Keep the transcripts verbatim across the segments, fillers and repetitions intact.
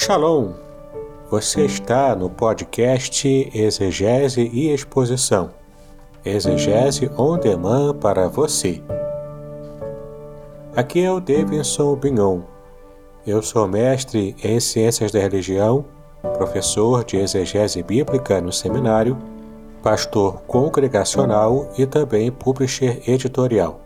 Shalom! Você está no podcast Exegese e Exposição. Exegese on demand para você. Aqui é o Davidson Bignon. Eu sou mestre em Ciências da Religião, professor de Exegese Bíblica no seminário, pastor congregacional e também publisher editorial.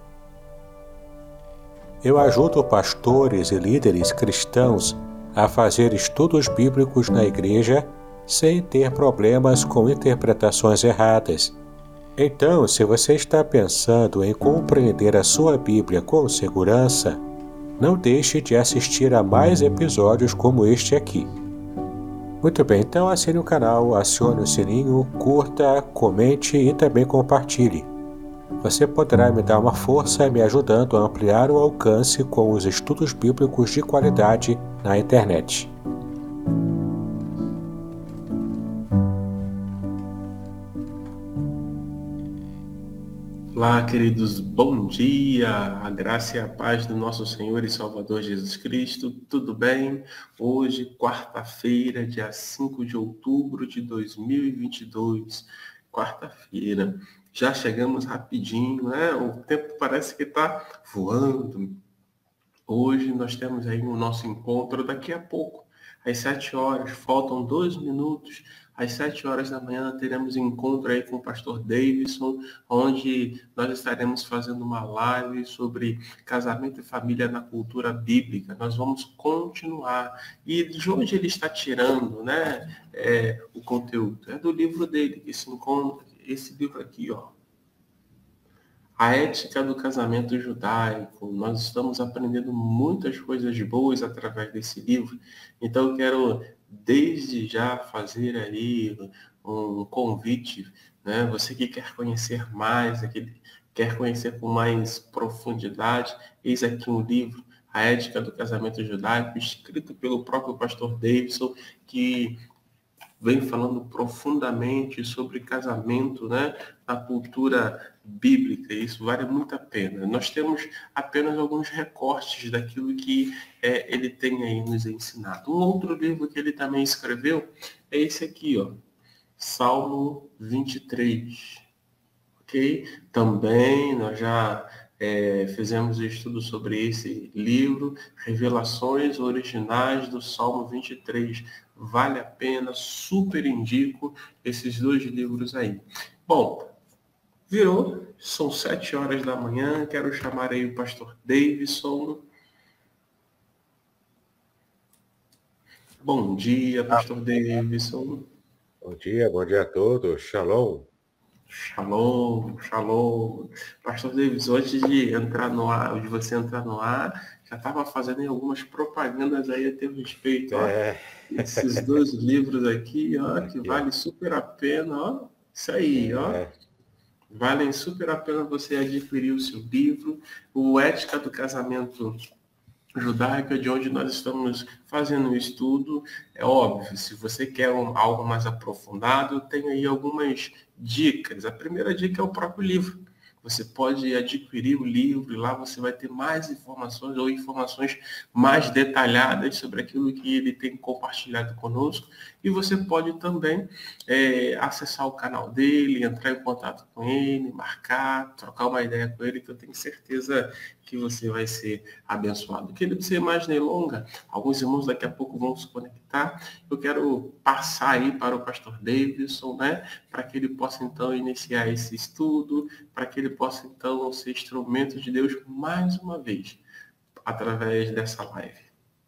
Eu ajudo pastores e líderes cristãos a fazer estudos bíblicos na igreja sem ter problemas com interpretações erradas. Então, se você está pensando em compreender a sua Bíblia com segurança, não deixe de assistir a mais episódios como este aqui. Muito bem, então assine o canal, acione o sininho, curta, comente e também compartilhe. Você poderá me dar uma força me ajudando a ampliar o alcance com os estudos bíblicos de qualidade na internet. Olá, queridos, bom dia! A graça e a paz do nosso Senhor e Salvador Jesus Cristo, tudo bem? Hoje, quarta-feira, dia cinco de outubro de dois mil e vinte e dois, quarta-feira. Já chegamos rapidinho, né? O tempo parece que está voando. Hoje nós temos aí o nosso encontro daqui a pouco, às sete horas, faltam dois minutos. Às sete horas da manhã teremos encontro aí com o pastor Davidson, onde nós estaremos fazendo uma live sobre casamento e família na cultura bíblica. Nós vamos continuar. E de onde ele está tirando, né, é, o conteúdo? É do livro dele, esse, encontro, esse livro aqui, ó. A ética do casamento judaico. Nós estamos aprendendo muitas coisas boas através desse livro. Então, eu quero, desde já, fazer aí um convite, né? Você que quer conhecer mais, aquele, quer conhecer com mais profundidade, eis aqui um livro, A Ética do Casamento Judaico, escrito pelo próprio pastor Davidson, que vem falando profundamente sobre casamento, né, na cultura bíblica. Isso vale muito a pena. Nós temos apenas alguns recortes daquilo que é, ele tem aí nos ensinado. Um outro livro que ele também escreveu é esse aqui, ó, Salmo vinte e três. Ok? Também nós já é, fizemos estudo sobre esse livro, Revelações Originais do Salmo vinte e três. Vale a pena, super indico esses dois livros aí. Bom, virou, são sete horas da manhã, quero chamar aí o pastor Davidson. Bom dia, pastor Davidson. Bom dia, bom dia a todos. Shalom. Shalom, shalom. Pastor Davis, antes de entrar no ar, de você entrar no ar, já estava fazendo algumas propagandas aí a teu respeito, ó. É. Esses dois livros aqui, ó, que Aqui, vale ó. super a pena, ó. Isso aí, ó. É. Valem super a pena você adquirir o seu livro, o Ética do Casamento Judaica, de onde nós estamos fazendo o estudo. É óbvio, se você quer um, algo mais aprofundado, tem aí algumas dicas. A primeira dica é o próprio livro. Você pode adquirir o livro e lá você vai ter mais informações ou informações mais detalhadas sobre aquilo que ele tem compartilhado conosco. E você pode também é, acessar o canal dele, entrar em contato com ele, marcar, trocar uma ideia com ele, que eu tenho certeza que você vai ser abençoado. Querido, sem mais nem longa, alguns irmãos daqui a pouco vão se conectar. Eu quero passar aí para o pastor Davidson, né, para que ele possa então iniciar esse estudo, para que ele possa então ser instrumento de Deus mais uma vez, através dessa live.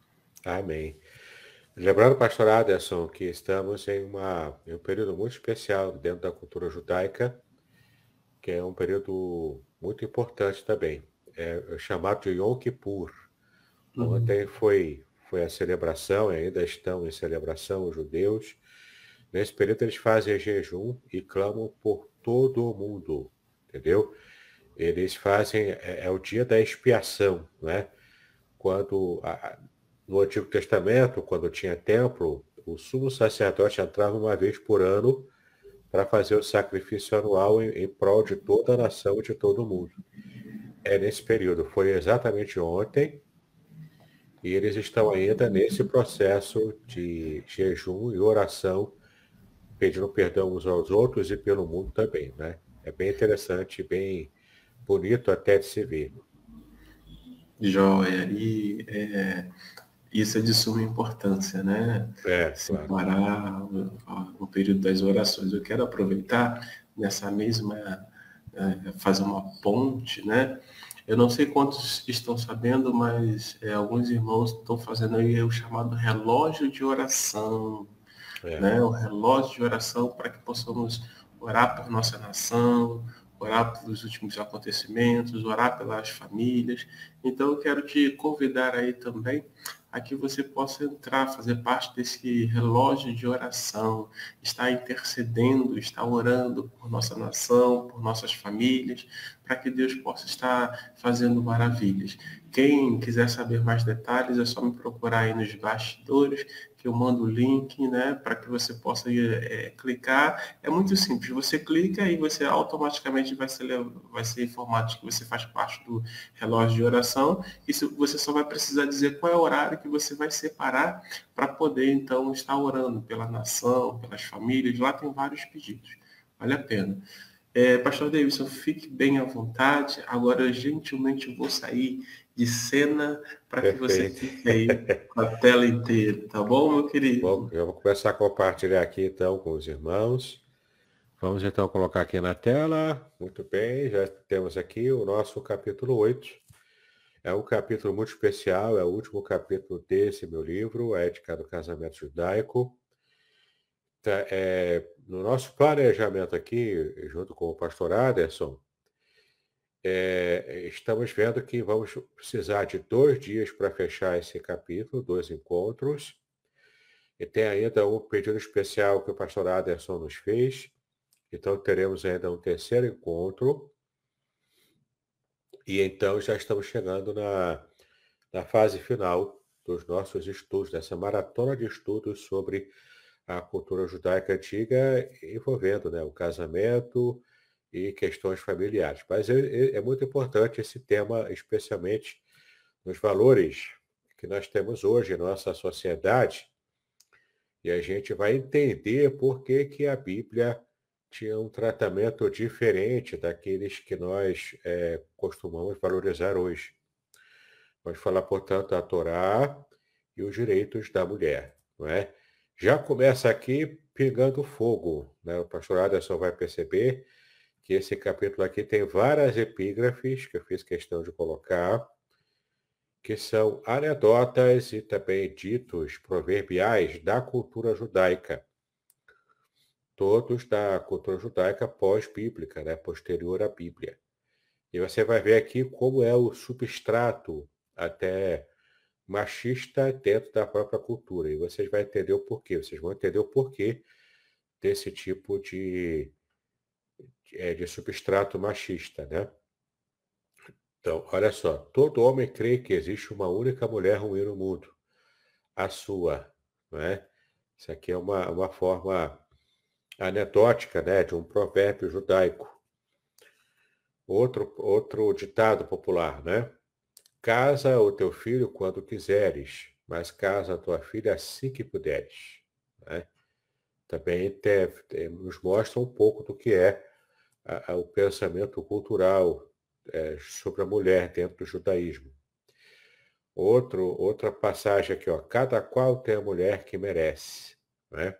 Amém. Lembrando, pastor Aderson, que estamos em, uma, em um período muito especial dentro da cultura judaica, que é um período muito importante também. É chamado de Yom Kippur. Uhum. Ontem foi, foi a celebração, e ainda estão em celebração os judeus. Nesse período eles fazem jejum e clamam por todo o mundo, entendeu? Eles fazem, é, é o dia da expiação, né? Quando, a, no Antigo Testamento, quando tinha templo, o sumo sacerdote entrava uma vez por ano para fazer o sacrifício anual em, em prol de toda a nação e de todo o mundo. É nesse período, foi exatamente ontem, E eles estão ainda nesse processo de jejum e oração, pedindo perdão uns aos outros e pelo mundo também, né? É bem interessante, bem bonito até de se ver. Joia. E é, isso é de suma importância, né? É, claro. Separar o, o período das orações. Eu quero aproveitar nessa mesma, é, fazer uma ponte, né? Eu não sei quantos estão sabendo, mas é, alguns irmãos estão fazendo aí o chamado relógio de oração, É. né? O relógio de oração para que possamos orar por nossa nação, orar pelos últimos acontecimentos, orar pelas famílias. Então eu quero te convidar aí também a que você possa entrar, fazer parte desse relógio de oração, estar intercedendo, estar orando por nossa nação, por nossas famílias, para que Deus possa estar fazendo maravilhas. Quem quiser saber mais detalhes, é só me procurar aí nos bastidores, que eu mando o link, né, para que você possa é, clicar. É muito simples, você clica e você automaticamente vai ser, vai ser informado de que você faz parte do relógio de oração. Isso você só vai precisar dizer qual é o horário que você vai separar para poder, então, estar orando pela nação, pelas famílias. Lá tem vários pedidos. Vale a pena. É, Pastor Davidson, fique bem à vontade. Agora, gentilmente, eu vou sair de cena para que você Perfeito. fique aí com a tela inteira, tá bom, meu Bom, querido? eu vou começar a compartilhar aqui então com os irmãos. Vamos então colocar aqui na tela. Muito bem, já temos aqui o nosso capítulo oito. É um capítulo muito especial, é o último capítulo desse meu livro, A Ética do Casamento Judaico. Tá, é, no nosso planejamento aqui, junto com o pastor Aderson, é, estamos vendo que vamos precisar de dois dias para fechar esse capítulo, dois encontros. E tem ainda um pedido especial que o pastor Aderson nos fez. Então teremos ainda um terceiro encontro. E então já estamos chegando na, na fase final dos nossos estudos, dessa maratona de estudos sobre a cultura judaica antiga, envolvendo, né, o casamento e questões familiares. Mas é, é- é muito importante esse tema, especialmente nos valores que nós temos hoje em nossa sociedade, e a gente vai entender por que que a Bíblia tinha um tratamento diferente daqueles que nós eh, costumamos valorizar hoje. Vamos falar, portanto, da Torá e os direitos da mulher, não é? Já começa aqui pegando fogo, né? O pastor Aderson vai perceber que esse capítulo aqui tem várias epígrafes que eu fiz questão de colocar, que são anedotas e também ditos proverbiais da cultura judaica, todos da cultura judaica pós-bíblica, né? Posterior à Bíblia. E você vai ver aqui como é o substrato até machista dentro da própria cultura. E vocês vão entender o porquê. Vocês vão entender o porquê desse tipo de, de, de substrato machista, né? Então, olha só. Todo homem crê que existe uma única mulher ruim no mundo. A sua, não é? Isso aqui é uma, uma forma anedótica, né, de um provérbio judaico. Outro, outro ditado popular, né? Casa o teu filho quando quiseres, mas casa a tua filha assim que puderes, né? Também te, te, nos mostra um pouco do que é a, a, o pensamento cultural é, sobre a mulher dentro do judaísmo. Outro, outra passagem aqui, ó, cada qual tem a mulher que merece, né?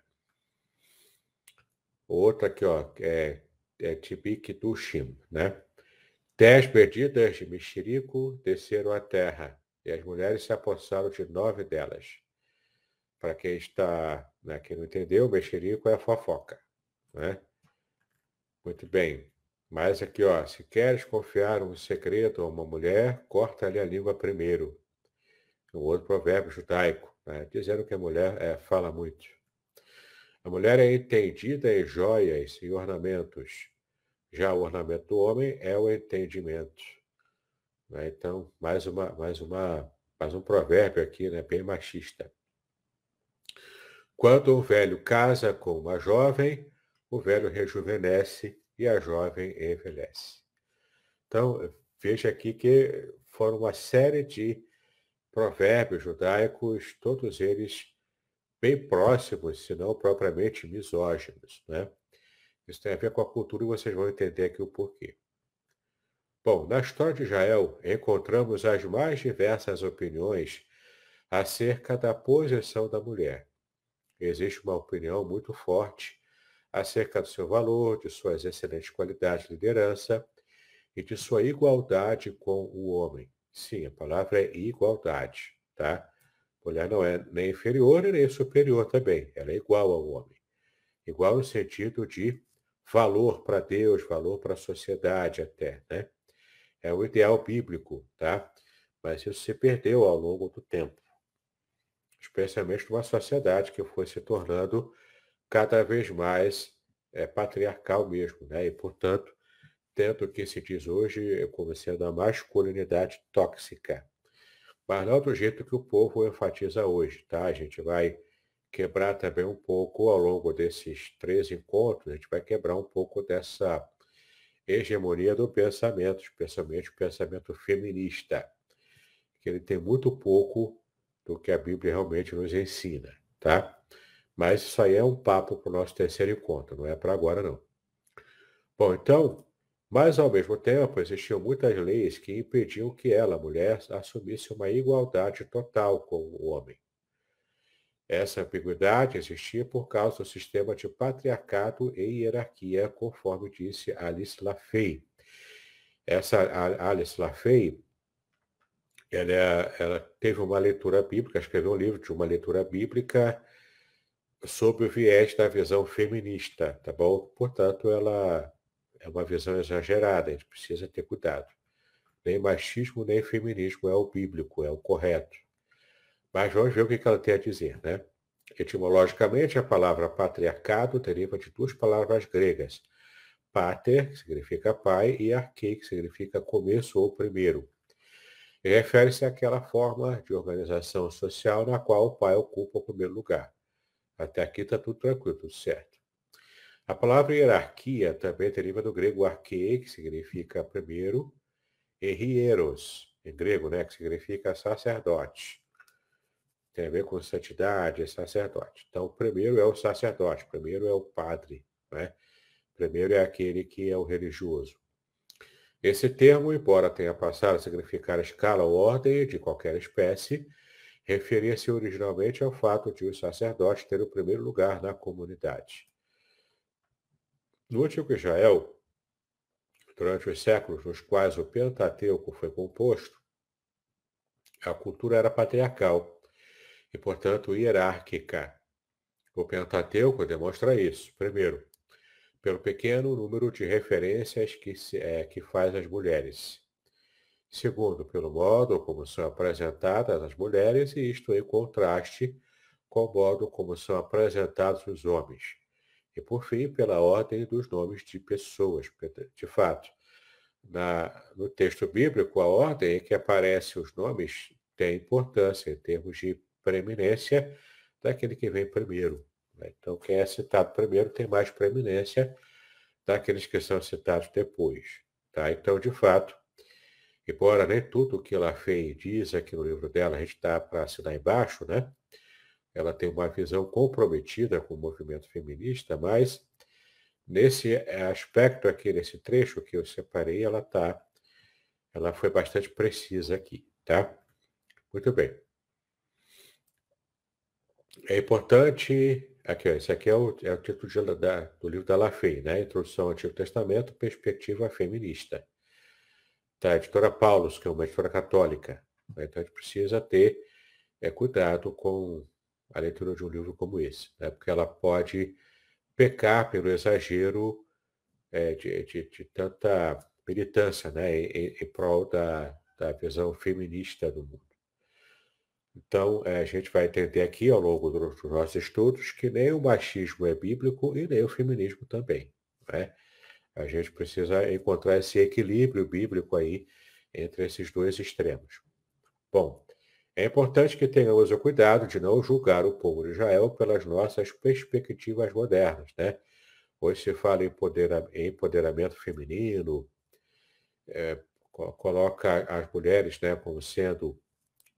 Outra aqui, ó, é, é Tibik Dushim, né? Dez perdidas de mexerico desceram à terra, e as mulheres se apossaram de nove delas. Para quem está, né, quem não entendeu, mexerico é a fofoca, né? Muito bem. Mas aqui, ó, se queres confiar um segredo a uma mulher, corta-lhe a língua primeiro. Um outro provérbio judaico, né, dizendo que a mulher é, fala muito. A mulher é entendida em joias e ornamentos. Já o ornamento do homem é o entendimento, né? Então, mais uma, mais uma, mais um provérbio aqui, né, bem machista. Quando um velho casa com uma jovem, o velho rejuvenesce e a jovem envelhece. Então, veja aqui que foram uma série de provérbios judaicos, todos eles bem próximos, se não propriamente misóginos, né? Isso tem a ver com a cultura e vocês vão entender aqui o porquê. Bom, na história de Israel, encontramos as mais diversas opiniões acerca da posição da mulher. Existe uma opinião muito forte acerca do seu valor, de suas excelentes qualidades de liderança e de sua igualdade com o homem. Sim, a palavra é igualdade, tá? A mulher não é nem inferior e nem superior também, ela é igual ao homem. Igual no sentido de valor para Deus, valor para a sociedade até, né? É o ideal bíblico, tá? Mas isso se perdeu ao longo do tempo, especialmente numa sociedade que foi se tornando cada vez mais é, patriarcal mesmo, né? E, portanto, tendo o que se diz hoje como sendo a masculinidade tóxica. Mas não do jeito que o povo enfatiza hoje, tá? A gente vai quebrar também um pouco ao longo desses três encontros, a gente vai quebrar um pouco dessa hegemonia do pensamento, especialmente o pensamento feminista, que ele tem muito pouco do que a Bíblia realmente nos ensina, tá? Mas isso aí é um papo para o nosso terceiro encontro, não é para agora não. Bom, então, mas ao mesmo tempo existiam muitas leis que impediam que ela, a mulher, assumisse uma igualdade total com o homem. Essa ambiguidade existia por causa do sistema de patriarcado e hierarquia, conforme disse Alice Lafay. Essa Alice Lafay, ela, ela teve uma leitura bíblica, escreveu um livro de uma leitura bíblica sob o viés da visão feminista, tá bom? Portanto, ela é uma visão exagerada, a gente precisa ter cuidado. Nem machismo, nem feminismo é o bíblico, é o correto. Mas vamos ver o que ela tem a dizer, né? Etimologicamente, a palavra patriarcado deriva de duas palavras gregas. Pater, que significa pai, e arque, que significa começo ou primeiro. E refere-se àquela forma de organização social na qual o pai ocupa o primeiro lugar. Até aqui está tudo tranquilo, tudo certo. A palavra hierarquia também deriva do grego arque, que significa primeiro, e hieros, em grego, né, que significa sacerdote. Tem a ver com santidade e sacerdote. Então, o primeiro é o sacerdote, primeiro é o padre, né? Primeiro é aquele que é o religioso. Esse termo, embora tenha passado a significar escala ou ordem de qualquer espécie, referia-se originalmente ao fato de os sacerdotes terem o primeiro lugar na comunidade. No Antigo Israel, durante os séculos nos quais o Pentateuco foi composto, a cultura era patriarcal e, portanto, hierárquica. O Pentateuco demonstra isso. Primeiro, pelo pequeno número de referências que, se, é, que faz as mulheres. Segundo, pelo modo como são apresentadas as mulheres, e isto em contraste com o modo como são apresentados os homens. E, por fim, pela ordem dos nomes de pessoas. Porque, de fato, na, no texto bíblico, a ordem em que aparecem os nomes tem importância em termos de preeminência daquele que vem primeiro. Né? Então, quem é citado primeiro tem mais preeminência daqueles que são citados depois. Tá? Então, de fato, embora nem tudo o que ela fez diz aqui no livro dela, a gente está para assinar embaixo, né? Ela tem uma visão comprometida com o movimento feminista, mas nesse aspecto aqui, nesse trecho que eu separei, ela tá, ela foi bastante precisa aqui, tá? Muito bem. É importante, aqui, ó, esse aqui é o, é o título de, da, do livro da Lafay, né? Introdução ao Antigo Testamento, Perspectiva Feminista. Da editora Paulus, que é uma editora católica. Né? Então a gente precisa ter é, cuidado com a leitura de um livro como esse, né? Porque ela pode pecar pelo exagero é, de, de, de tanta militância, né? em, em prol da, da visão feminista do mundo. Então, é, a gente vai entender aqui, ao longo dos nossos estudos, que nem o machismo é bíblico e nem o feminismo também. Né? A gente precisa encontrar esse equilíbrio bíblico aí entre esses dois extremos. Bom, é importante que tenhamos o cuidado de não julgar o povo de Israel pelas nossas perspectivas modernas, né? Hoje se fala em empodera- em empoderamento feminino, é, co- coloca as mulheres, né, como sendo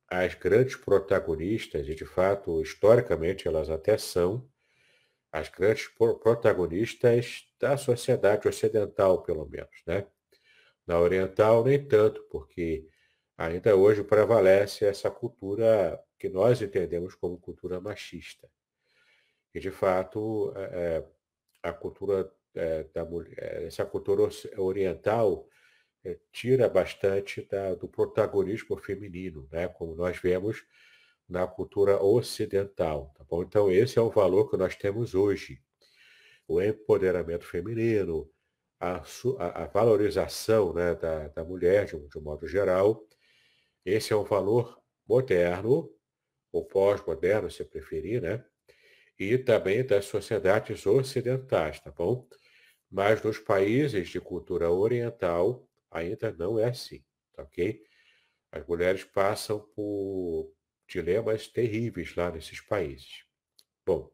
as grandes protagonistas, e de fato, historicamente, elas até são as grandes pro- protagonistas da sociedade ocidental, pelo menos, né? Na oriental, nem tanto, porque ainda hoje prevalece essa cultura que nós entendemos como cultura machista. E, de fato, eh, a cultura eh, da mulher, essa cultura oci- oriental eh, tira bastante da- do protagonismo feminino, né? Como nós vemos na cultura ocidental, tá bom? Então, esse é o valor que nós temos hoje. O empoderamento feminino, a, su- a- a valorização, né, da, da mulher, de um, de um modo geral. Esse é um valor moderno, ou pós-moderno, se preferir, né? E também das sociedades ocidentais, tá bom? Mas nos países de cultura oriental ainda não é assim, tá ok? As mulheres passam por dilemas terríveis lá nesses países. Bom,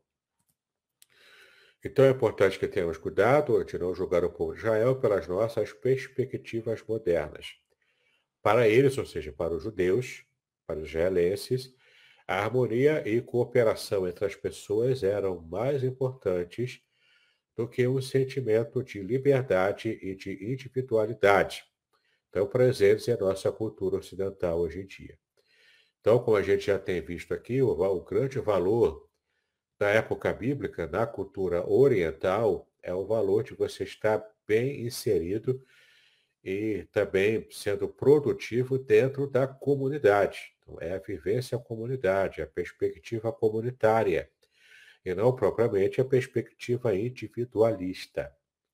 então é importante que tenhamos cuidado de não julgar o povo de Israel pelas nossas perspectivas modernas. Para eles, ou seja, para os judeus, para os israelenses, a harmonia e cooperação entre as pessoas eram mais importantes do que um sentimento de liberdade e de individualidade, tão presentes em nossa cultura ocidental hoje em dia. Então, como a gente já tem visto aqui, o, o grande valor da época bíblica, na cultura oriental, é o valor de você estar bem inserido e também sendo produtivo dentro da comunidade. Então, é a vivência comunidade, a perspectiva comunitária, e não propriamente a perspectiva individualista.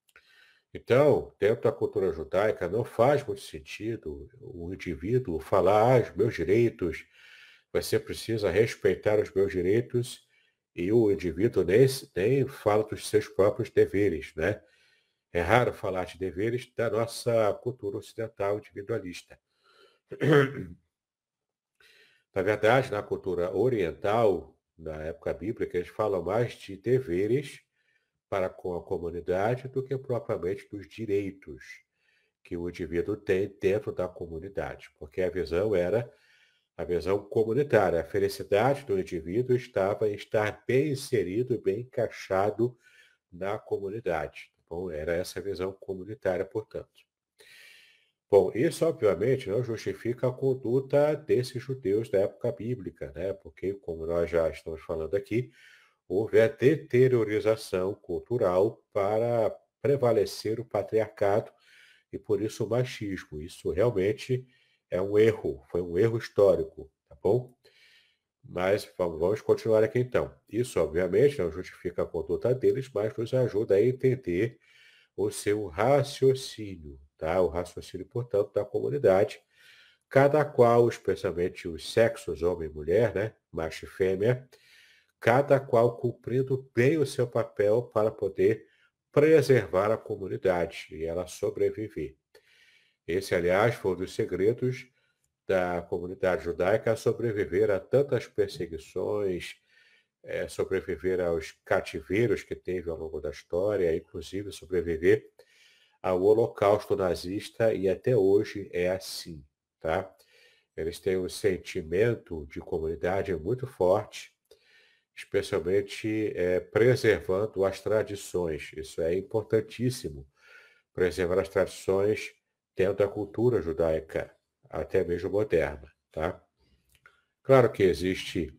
Então, dentro da cultura judaica, não faz muito sentido o indivíduo falar, ah, os meus direitos, você precisa respeitar os meus direitos, e o indivíduo nem, nem fala dos seus próprios deveres, né? É raro falar de deveres da nossa cultura ocidental individualista. Na verdade, na cultura oriental, na época bíblica, eles falam mais de deveres para com a comunidade do que propriamente dos direitos que o indivíduo tem dentro da comunidade, porque a visão era a visão comunitária. A felicidade do indivíduo estava em estar bem inserido, bem encaixado na comunidade. Bom, era essa a visão comunitária, portanto. Bom, isso obviamente não justifica a conduta desses judeus da época bíblica, né? Porque, como nós já estamos falando aqui, houve a deteriorização cultural para prevalecer o patriarcado e, por isso, o machismo. Isso realmente é um erro, foi um erro histórico, tá bom? Mas vamos, vamos continuar aqui então. Isso, obviamente, não justifica a conduta deles, mas nos ajuda a entender o seu raciocínio, tá? O raciocínio, portanto, da comunidade, cada qual, especialmente os sexos, homem e mulher, né? Macho e fêmea, cada qual cumprindo bem o seu papel para poder preservar a comunidade e ela sobreviver. Esse, aliás, foi um dos segredos da comunidade judaica a sobreviver a tantas perseguições, eh, sobreviver aos cativeiros que teve ao longo da história, inclusive sobreviver ao Holocausto nazista, e até hoje é assim, tá? Eles têm um sentimento de comunidade muito forte, especialmente eh, preservando as tradições. Isso é importantíssimo, preservar as tradições dentro da cultura judaica, até mesmo moderna, tá? Claro que existe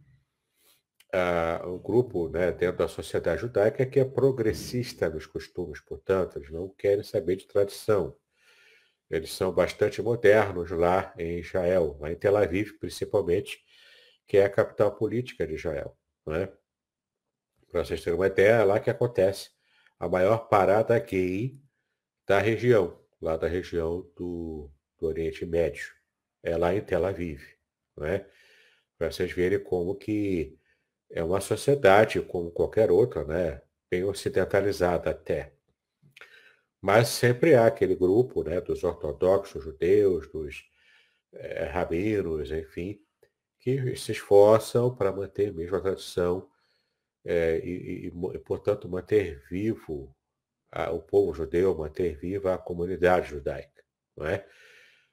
ah, um grupo, né, dentro da sociedade judaica que é progressista nos costumes, portanto, eles não querem saber de tradição. Eles são bastante modernos lá em Israel, lá em Tel Aviv, principalmente, que é a capital política de Israel, né? Para vocês terem uma ideia, é lá que acontece a maior parada gay da região, lá da região do, do Oriente Médio. É lá em Tel Aviv, né? Para vocês verem como que é uma sociedade como qualquer outra, né? Bem ocidentalizada até. Mas sempre há aquele grupo, né, dos ortodoxos judeus, dos eh, rabinos, enfim, que se esforçam para manter mesmo a tradição eh, e, e, e, portanto, manter vivo a- o povo judeu, manter viva a comunidade judaica, não é?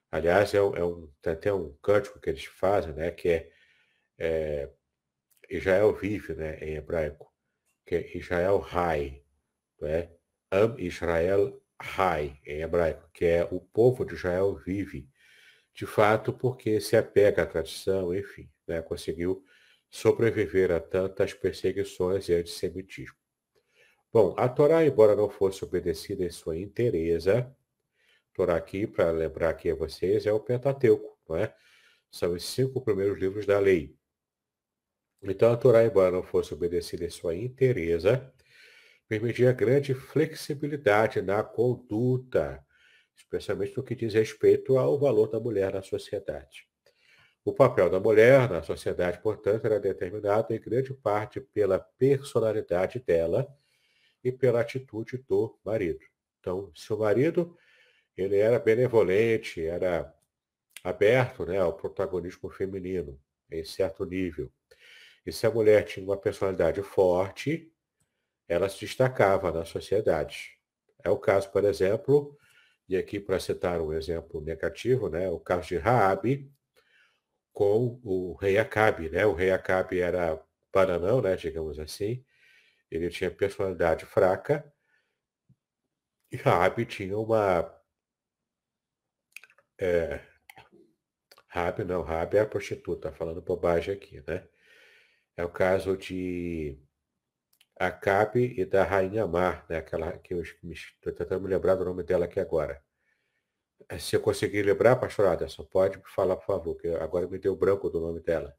Aliás, é um, é um- tem até um cântico que eles fazem, né, que é, é Israel vive, né, em hebraico, que é Israel Hai, né? Am Israel Hai, em hebraico, que é o povo de Israel vive, de fato, porque se apega à tradição, enfim, né, conseguiu sobreviver a tantas perseguições e antissemitismo. Bom, a Torá, embora não fosse obedecida em sua inteireza, Torá aqui, para lembrar aqui a vocês, é o Pentateuco, não é? São os cinco primeiros livros da lei. Então, a Torá, embora não fosse obedecida em sua inteireza, permitia grande flexibilidade na conduta, especialmente no que diz respeito ao valor da mulher na sociedade. O papel da mulher na sociedade, portanto, era determinado em grande parte pela personalidade dela e pela atitude do marido. Então, se o marido ele era benevolente, era aberto, né, ao protagonismo feminino, em certo nível, e se a mulher tinha uma personalidade forte, ela se destacava na sociedade. É o caso, por exemplo, e aqui para citar um exemplo negativo, né, o caso de Raabe com o rei Acabe, né? O rei Acabe era bananão, né, digamos assim. Ele tinha personalidade fraca e Raabe tinha uma é, Raabe não, Raabe é a prostituta, tá falando bobagem aqui, né? É o caso de Acabe e da rainha Mar, né? Aquela que eu estou tentando me lembrar do nome dela aqui agora. Se eu conseguir lembrar, pastor Aderson, pode falar, por favor, que agora me deu branco do nome dela.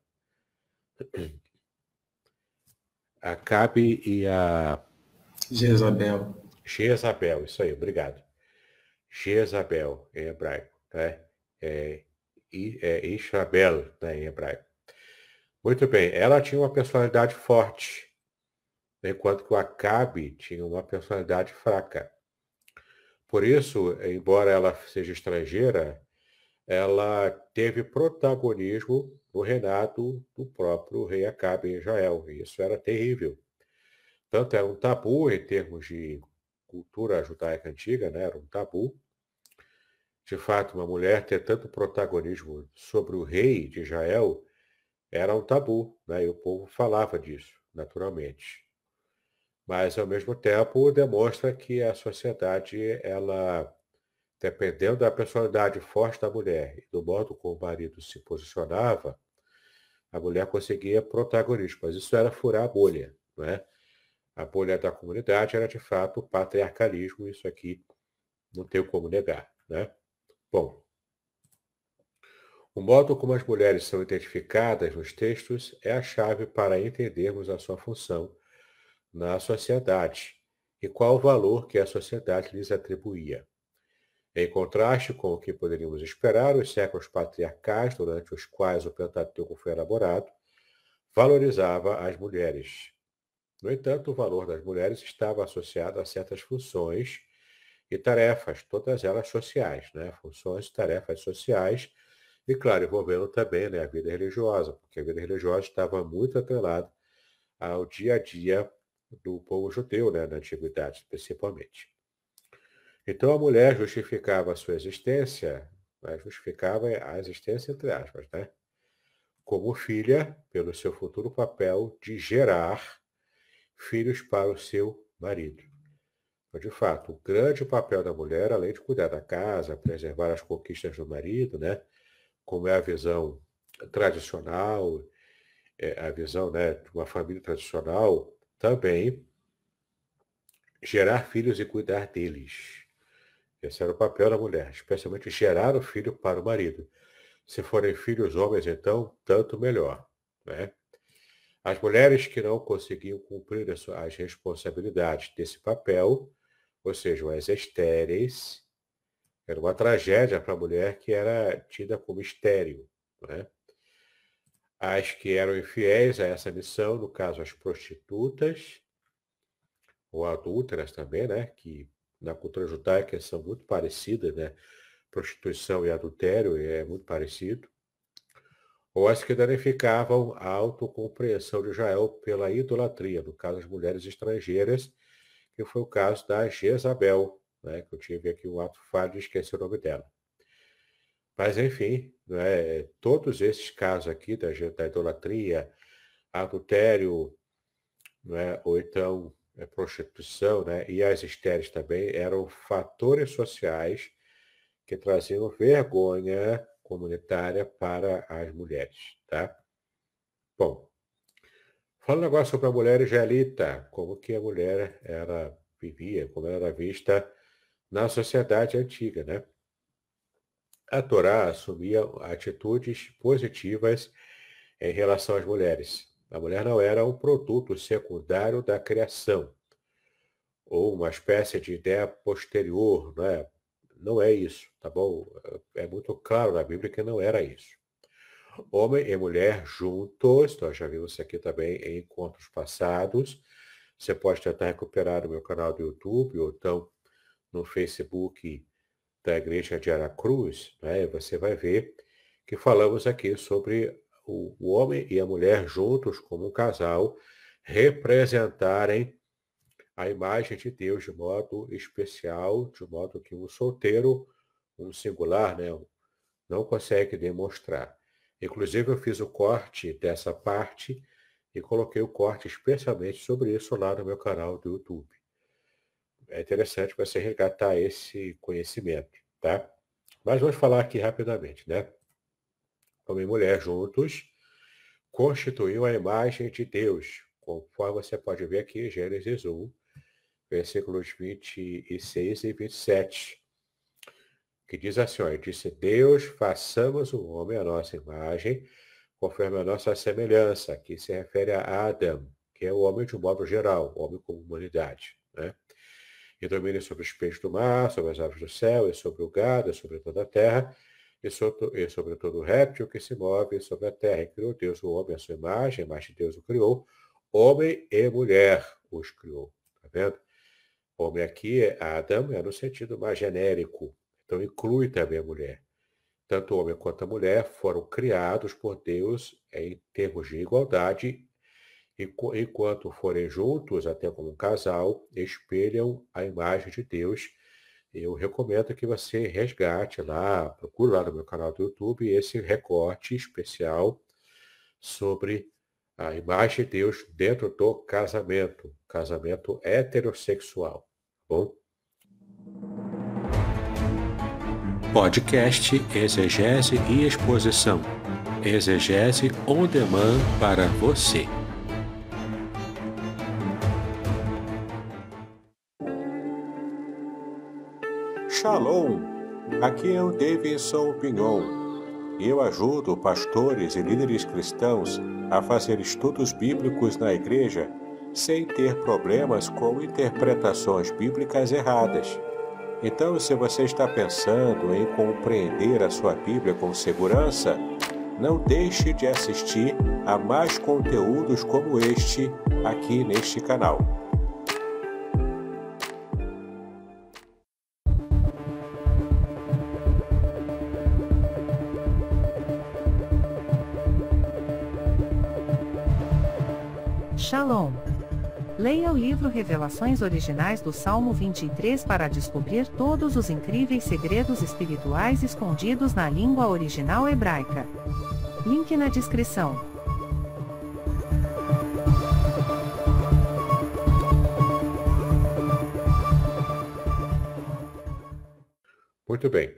Acabe e a Jezabel. Jezabel, isso aí, obrigado. Jezabel, em hebraico, né? É, I- é Isabel, né, em hebraico. Muito bem, ela tinha uma personalidade forte, enquanto que o Acabe tinha uma personalidade fraca. Por isso, embora ela seja estrangeira, ela teve protagonismo no reinado do próprio rei Acabe em Israel. E isso era terrível. Tanto era um tabu em termos de cultura judaica antiga, né? Era um tabu. De fato, uma mulher ter tanto protagonismo sobre o rei de Israel era um tabu, né? E o povo falava disso, naturalmente. Mas, ao mesmo tempo, demonstra que a sociedade, ela, dependendo da personalidade forte da mulher e do modo como o marido se posicionava, a mulher conseguia protagonismo. Mas isso era furar a bolha, não é? A bolha da comunidade era, de fato, o patriarcalismo, isso aqui não tem como negar, né? Bom, o modo como as mulheres são identificadas nos textos é a chave para entendermos a sua função na sociedade e qual o valor que a sociedade lhes atribuía. Em contraste com o que poderíamos esperar, os séculos patriarcais, durante os quais o Pentateuco foi elaborado, valorizava as mulheres. No entanto, o valor das mulheres estava associado a certas funções e tarefas, todas elas sociais, né? Funções e tarefas sociais, e claro, envolvendo também, né, a vida religiosa, porque a vida religiosa estava muito atrelada ao dia a dia do povo judeu, né, na antiguidade, principalmente. Então a mulher justificava a sua existência, né, justificava a existência entre aspas, né, como filha, pelo seu futuro papel de gerar filhos para o seu marido. Mas, de fato, o grande papel da mulher, além de cuidar da casa, preservar as conquistas do marido, né, como é a visão tradicional, é, a visão, né, de uma família tradicional, também gerar filhos e cuidar deles. Esse era o papel da mulher, especialmente gerar o filho para o marido. Se forem filhos homens, então, tanto melhor, né? As mulheres que não conseguiam cumprir as as responsabilidades desse papel, ou seja, as estéreis, era uma tragédia para a mulher que era tida como estéril, né? As que eram infiéis a essa missão, no caso as prostitutas, ou adúlteras também, né? Que na cultura judaica são muito parecidas, né? Prostituição e adultério é muito parecido. Ou as que danificavam a autocompreensão de Israel pela idolatria, no caso as mulheres estrangeiras, que foi o caso da Jezabel, né? Que eu tive aqui um ato falho de esquecer o nome dela. Mas, enfim, né, todos esses casos aqui da, ge- da idolatria, adultério, né, ou então é, prostituição, né, e as estéreis também, eram fatores sociais que traziam vergonha comunitária para as mulheres, tá? Bom, falando agora sobre a mulher israelita, como que a mulher era vivia, como ela era vista na sociedade antiga, né? A Torá assumia atitudes positivas em relação às mulheres. A mulher não era um produto secundário da criação, ou uma espécie de ideia posterior, não é? Não é isso, tá bom? É muito claro na Bíblia que não era isso. Homem e mulher juntos, nós já vimos isso aqui também em encontros passados. Você pode tentar recuperar no meu canal do YouTube, ou então no Facebook da Igreja de Aracruz, né? Você vai ver que falamos aqui sobre o, o homem e a mulher juntos como um casal representarem a imagem de Deus de modo especial, de modo que um solteiro, um singular, né, não consegue demonstrar. Inclusive, eu fiz o corte dessa parte e coloquei o corte especialmente sobre isso lá no meu canal do YouTube. É interessante você resgatar esse conhecimento, tá? Mas vamos falar aqui rapidamente, né? Homem e mulher juntos constituíam a imagem de Deus, conforme você pode ver aqui em Gênesis um, versículos vinte e seis e vinte e sete, que diz assim, ó, disse Deus, façamos o homem à nossa imagem, conforme a nossa semelhança, que se refere a Adão, que é o homem de um modo geral, o homem como humanidade, né? E domine sobre os peixes do mar, sobre as aves do céu, e sobre o gado, e sobre toda a terra, e sobre, e sobre todo o réptil que se move sobre a terra. E criou Deus o homem à sua imagem, a imagem de Deus o criou, homem e mulher os criou. Tá vendo? Homem aqui, é Adam, é no sentido mais genérico, então inclui também a mulher. Tanto o homem quanto a mulher foram criados por Deus em termos de igualdade, e enquanto forem juntos, até como um casal, espelham a imagem de Deus. Eu recomendo que você resgate lá, procure lá no meu canal do YouTube esse recorte especial sobre a imagem de Deus dentro do casamento, casamento heterossexual, tá bom? Podcast Exegese e Exposição. Exegese on demand para você. Shalom! Aqui é o Davidson Pignon. Eu ajudo pastores e líderes cristãos a fazer estudos bíblicos na igreja sem ter problemas com interpretações bíblicas erradas. Então, se você está pensando em compreender a sua Bíblia com segurança, não deixe de assistir a mais conteúdos como este aqui neste canal. Shalom! Leia o livro Revelações Originais do Salmo vinte e três para descobrir todos os incríveis segredos espirituais escondidos na língua original hebraica. Link na descrição. Muito bem.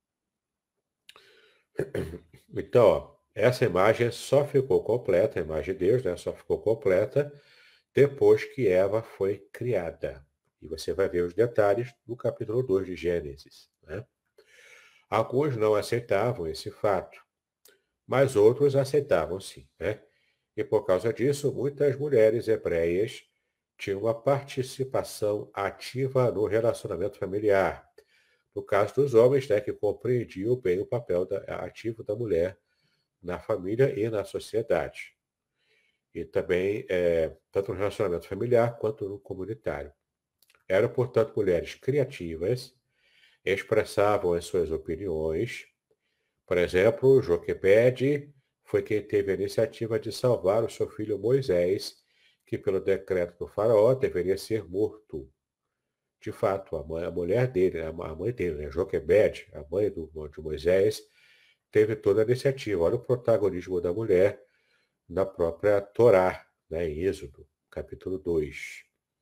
Então, ó, essa imagem só ficou completa, a imagem de Deus, né, só ficou completa depois que Eva foi criada. E você vai ver os detalhes no capítulo dois de Gênesis, né? Alguns não aceitavam esse fato, mas outros aceitavam sim, né? E por causa disso, muitas mulheres hebreias tinham uma participação ativa no relacionamento familiar. No caso dos homens, né, que compreendiam bem o papel da, ativo da mulher na família e na sociedade. E também, é, tanto no relacionamento familiar quanto no comunitário. Eram, portanto, mulheres criativas, expressavam as suas opiniões. Por exemplo, Joquebede foi quem teve a iniciativa de salvar o seu filho Moisés, que pelo decreto do faraó deveria ser morto. De fato, a, mãe, a mulher dele, a mãe dele, né, Joquebede, a mãe do, de Moisés, teve toda a iniciativa. Olha o protagonismo da mulher na própria Torá, né, em Êxodo, capítulo dois.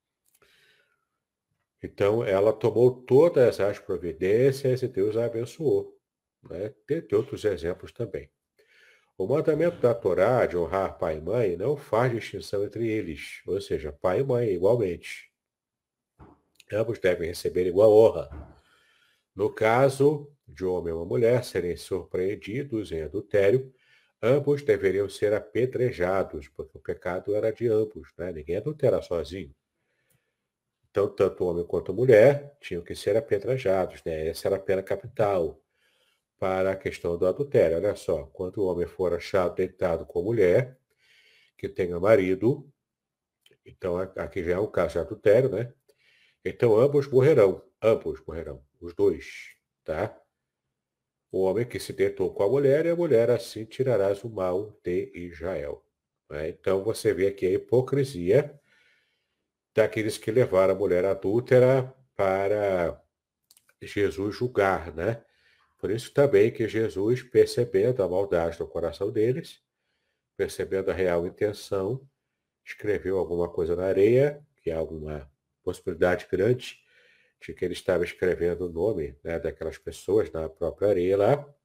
Então, ela tomou todas as providências e Deus a abençoou. Né? Tem, tem outros exemplos também. O mandamento da Torá de honrar pai e mãe não faz distinção entre eles, ou seja, pai e mãe igualmente. Ambos devem receber igual honra. No caso de um homem e uma mulher serem surpreendidos em adultério, ambos deveriam ser apedrejados, porque o pecado era de ambos, né? Ninguém adultera sozinho. Então, tanto o homem quanto a mulher tinham que ser apedrejados, né? Essa era a pena capital para a questão do adultério. Olha só, quando o homem for achado deitado com a mulher, que tenha marido, então aqui já é um caso de adultério, né? Então ambos morrerão, ambos morrerão, os dois, tá? O homem que se deitou com a mulher e a mulher assim tirarás o mal de Israel. Né? Então você vê aqui a hipocrisia daqueles que levaram a mulher adúltera para Jesus julgar, né? Por isso também que Jesus, percebendo a maldade no coração deles, percebendo a real intenção, escreveu alguma coisa na areia, que há alguma possibilidade grande de que ele estava escrevendo o nome, né, daquelas pessoas na própria areia lá.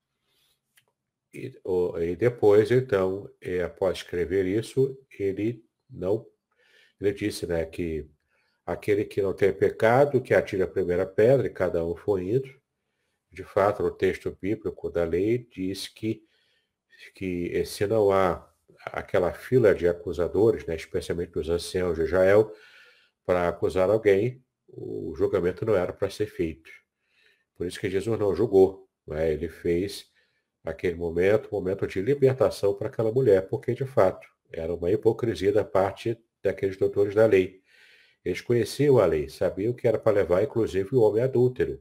E, o, e depois, então, e após escrever isso, ele não, ele disse, né, que aquele que não tem pecado, que atire a primeira pedra, e cada um foi indo. De fato, no texto bíblico da lei diz que, que se não há aquela fila de acusadores, né, especialmente dos anciãos de Israel, para acusar alguém, o julgamento não era para ser feito. Por isso que Jesus não julgou. Né? Ele fez aquele momento, momento de libertação para aquela mulher, porque de fato era uma hipocrisia da parte daqueles doutores da lei. Eles conheciam a lei, sabiam que era para levar inclusive o homem adúltero,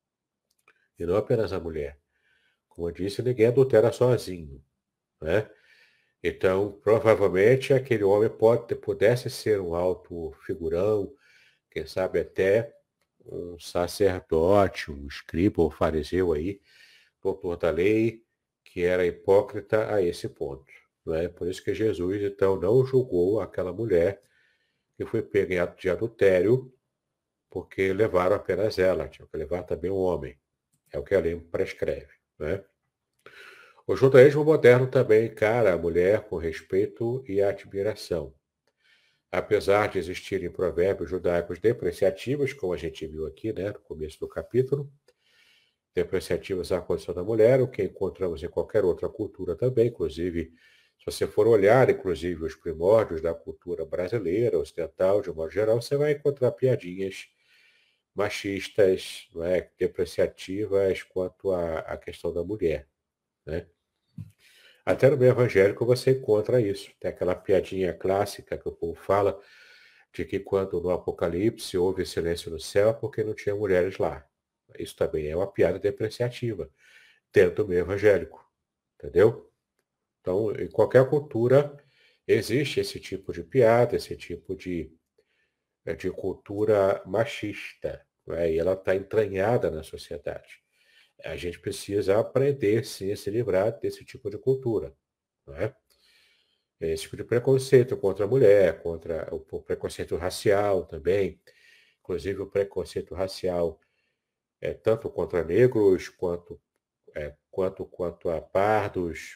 e não apenas a mulher. Como eu disse, ninguém adultera sozinho. Né? Então, provavelmente, aquele homem pode, pudesse ser um alto figurão, quem sabe até um sacerdote, um escriba ou fariseu aí, doutor da lei, que era hipócrita a esse ponto. Não é? Por isso que Jesus, então, não julgou aquela mulher que foi pega em ato de adultério, porque levaram apenas ela, tinha que levar também o homem. É o que a lei prescreve. Né? O judaísmo moderno também encara a mulher com respeito e admiração. Apesar de existirem provérbios judaicos depreciativos, como a gente viu aqui, né, no começo do capítulo, depreciativos à condição da mulher, o que encontramos em qualquer outra cultura também, inclusive, se você for olhar, inclusive, os primórdios da cultura brasileira, ocidental, de um modo geral, você vai encontrar piadinhas machistas, não é, depreciativas quanto à, à questão da mulher. Né? Até no meio evangélico você encontra isso. Tem aquela piadinha clássica que o povo fala de que quando no Apocalipse houve silêncio no céu porque não tinha mulheres lá. Isso também é uma piada depreciativa dentro do meio evangélico. Entendeu? Então, em qualquer cultura existe esse tipo de piada, esse tipo de, de cultura machista. Né? E ela está entranhada na sociedade. A gente precisa aprender, sim, a se livrar desse tipo de cultura. Não é? Esse tipo de preconceito contra a mulher, contra o preconceito racial também, inclusive o preconceito racial é tanto contra negros, quanto, é, quanto, quanto a pardos,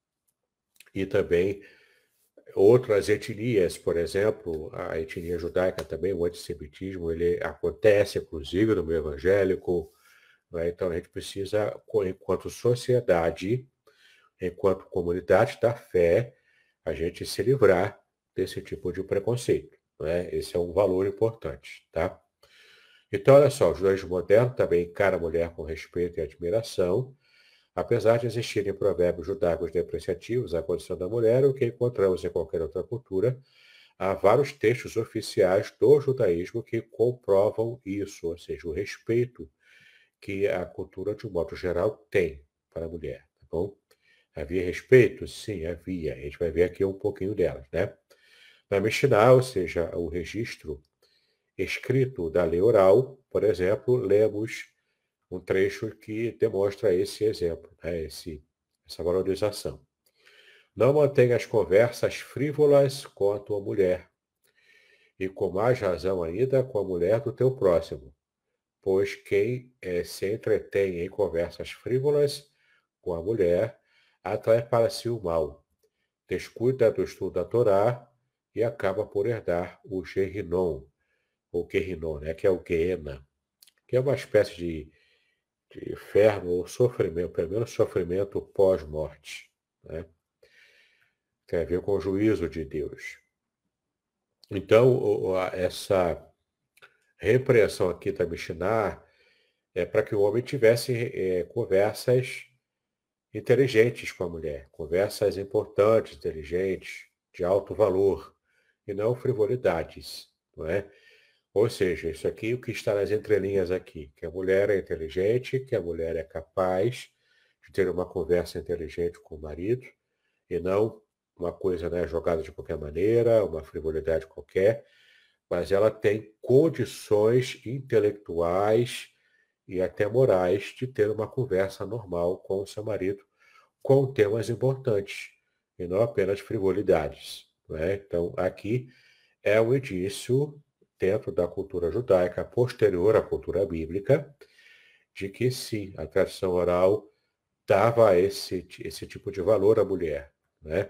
e também outras etnias, por exemplo, a etnia judaica também, o antissemitismo, ele acontece, inclusive, no meio evangélico. Né? Então, a gente precisa, enquanto sociedade, enquanto comunidade da fé, a gente se livrar desse tipo de preconceito. Né? Esse é um valor importante. Tá? Então, olha só, o judaísmo moderno também encara a mulher com respeito e admiração, apesar de existirem provérbios judaicos depreciativos à condição da mulher, o que encontramos em qualquer outra cultura, há vários textos oficiais do judaísmo que comprovam isso, ou seja, o respeito que a cultura, de um modo geral, tem para a mulher. Tá bom? Havia respeito? Sim, havia. A gente vai ver aqui um pouquinho delas. Né? Na Mishnah, ou seja, o registro escrito da lei oral, por exemplo, lemos um trecho que demonstra esse exemplo, né? esse, essa valorização. Não mantenha as conversas frívolas com a tua mulher, e com mais razão ainda com a mulher do teu próximo, pois quem eh, se entretém em conversas frívolas com a mulher atrai para si o mal, descuida do estudo da Torá e acaba por herdar o Gehinom, ou Gehinom, né, que é o Geena, que é uma espécie de, de inferno ou sofrimento, pelo menos sofrimento pós-morte, né? Tem a ver com o juízo de Deus. Então, o- a- essa repreensão aqui da Mishnah é para que o homem tivesse eh, conversas inteligentes com a mulher, conversas importantes, inteligentes, de alto valor, e não frivolidades, não é? Ou seja, isso aqui, o que está nas entrelinhas aqui, que a mulher é inteligente, que a mulher é capaz de ter uma conversa inteligente com o marido, e não uma coisa, né, jogada de qualquer maneira, uma frivolidade qualquer, mas ela tem condições intelectuais e até morais de ter uma conversa normal com o seu marido, com temas importantes, e não apenas frivolidades, não é? Então, aqui é um indício, dentro da cultura judaica, posterior à cultura bíblica, de que sim, a tradição oral dava esse, esse tipo de valor à mulher, né?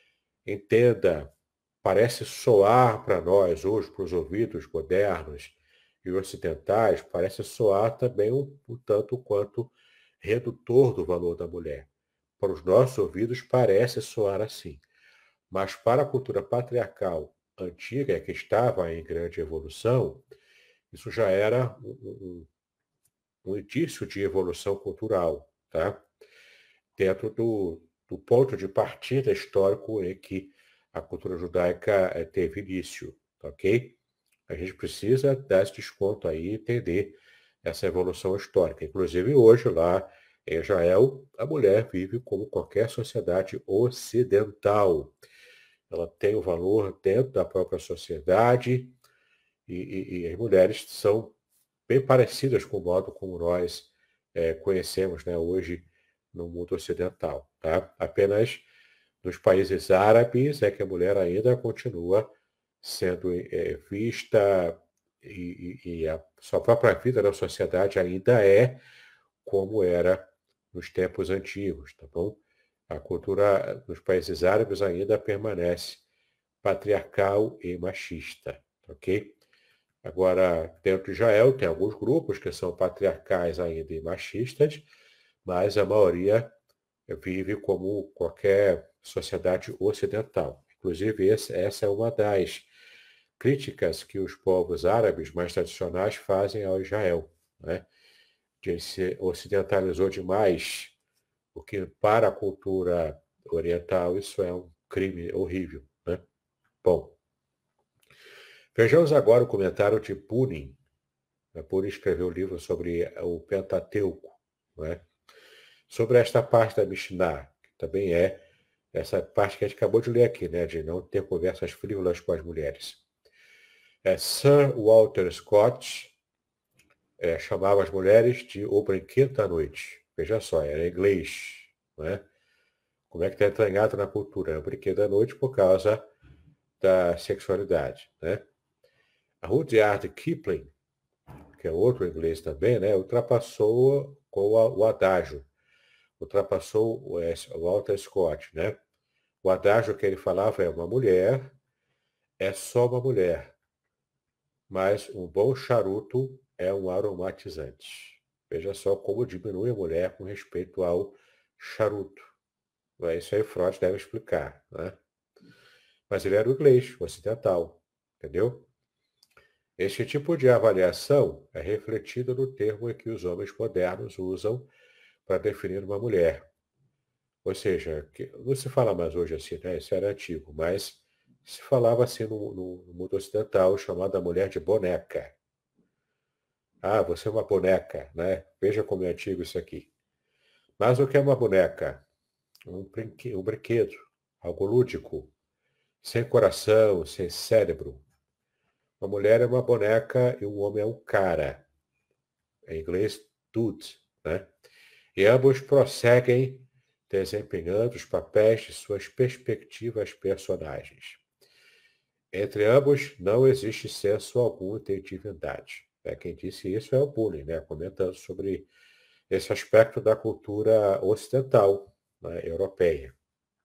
Entenda, parece soar para nós, hoje, para os ouvidos modernos e ocidentais, parece soar também um, um tanto quanto redutor do valor da mulher. Para os nossos ouvidos parece soar assim, mas para a cultura patriarcal antiga, que estava em grande evolução, isso já era um, um, um indício de evolução cultural, tá? Dentro do, do ponto de partida histórico em que a cultura judaica eh, teve início, tá ok? A gente precisa dar esse desconto aí e entender essa evolução histórica. Inclusive hoje lá em Israel, a mulher vive como qualquer sociedade ocidental. Ela tem o valor dentro da própria sociedade e, e, e as mulheres são bem parecidas com o modo como nós eh, conhecemos, né, hoje no mundo ocidental, tá? Apenas nos países árabes é que a mulher ainda continua sendo eh, vista e, e- e a sua própria vida na sociedade ainda é como era nos tempos antigos, tá bom? A cultura dos países árabes ainda permanece patriarcal e machista, ok? Agora, dentro de Israel, tem alguns grupos que são patriarcais ainda e machistas, mas a maioria vive como qualquer sociedade ocidental. Inclusive, esse, essa é uma das críticas que os povos árabes mais tradicionais fazem ao Israel, né? Que se ocidentalizou demais, o que para a cultura oriental isso é um crime horrível, né? Bom, vejamos agora o comentário de Punin. Punin escreveu um livro sobre o Pentateuco, né? Sobre esta parte da Mishnah, que também é essa parte que a gente acabou de ler aqui, né? De não ter conversas frívolas com as mulheres. É, Sir Walter Scott é, chamava as mulheres de o brinquedo da noite. Veja só, era inglês, né? Como é que está entranhado na cultura? É o brinquedo da noite por causa da sexualidade, né? A Rudyard Kipling, que é outro inglês também, né? Ultrapassou com o adágio, ultrapassou o Walter Scott, né? O adágio que ele falava é uma mulher, é só uma mulher, mas um bom charuto é um aromatizante. Veja só como diminui a mulher com respeito ao charuto. Isso aí Freud deve explicar, né? Mas ele era o inglês, o ocidental, entendeu? Este tipo de avaliação é refletido no termo que os homens modernos usam para definir uma mulher. Ou seja, que não se fala mais hoje assim, né? Isso era antigo, mas se falava assim no, no, no mundo ocidental, chamada mulher de boneca. Ah, você é uma boneca, né? Veja como é antigo isso aqui. Mas o que é uma boneca? Um, brinque, um brinquedo, algo lúdico, sem coração, sem cérebro. Uma mulher é uma boneca e um homem é um cara. Em inglês juventude, né? E ambos prosseguem desempenhando os papéis de suas perspectivas personagens. Entre ambos não existe senso algum de divindade. É, quem disse isso é o Bulling, né? Comentando sobre esse aspecto da cultura ocidental, né, europeia.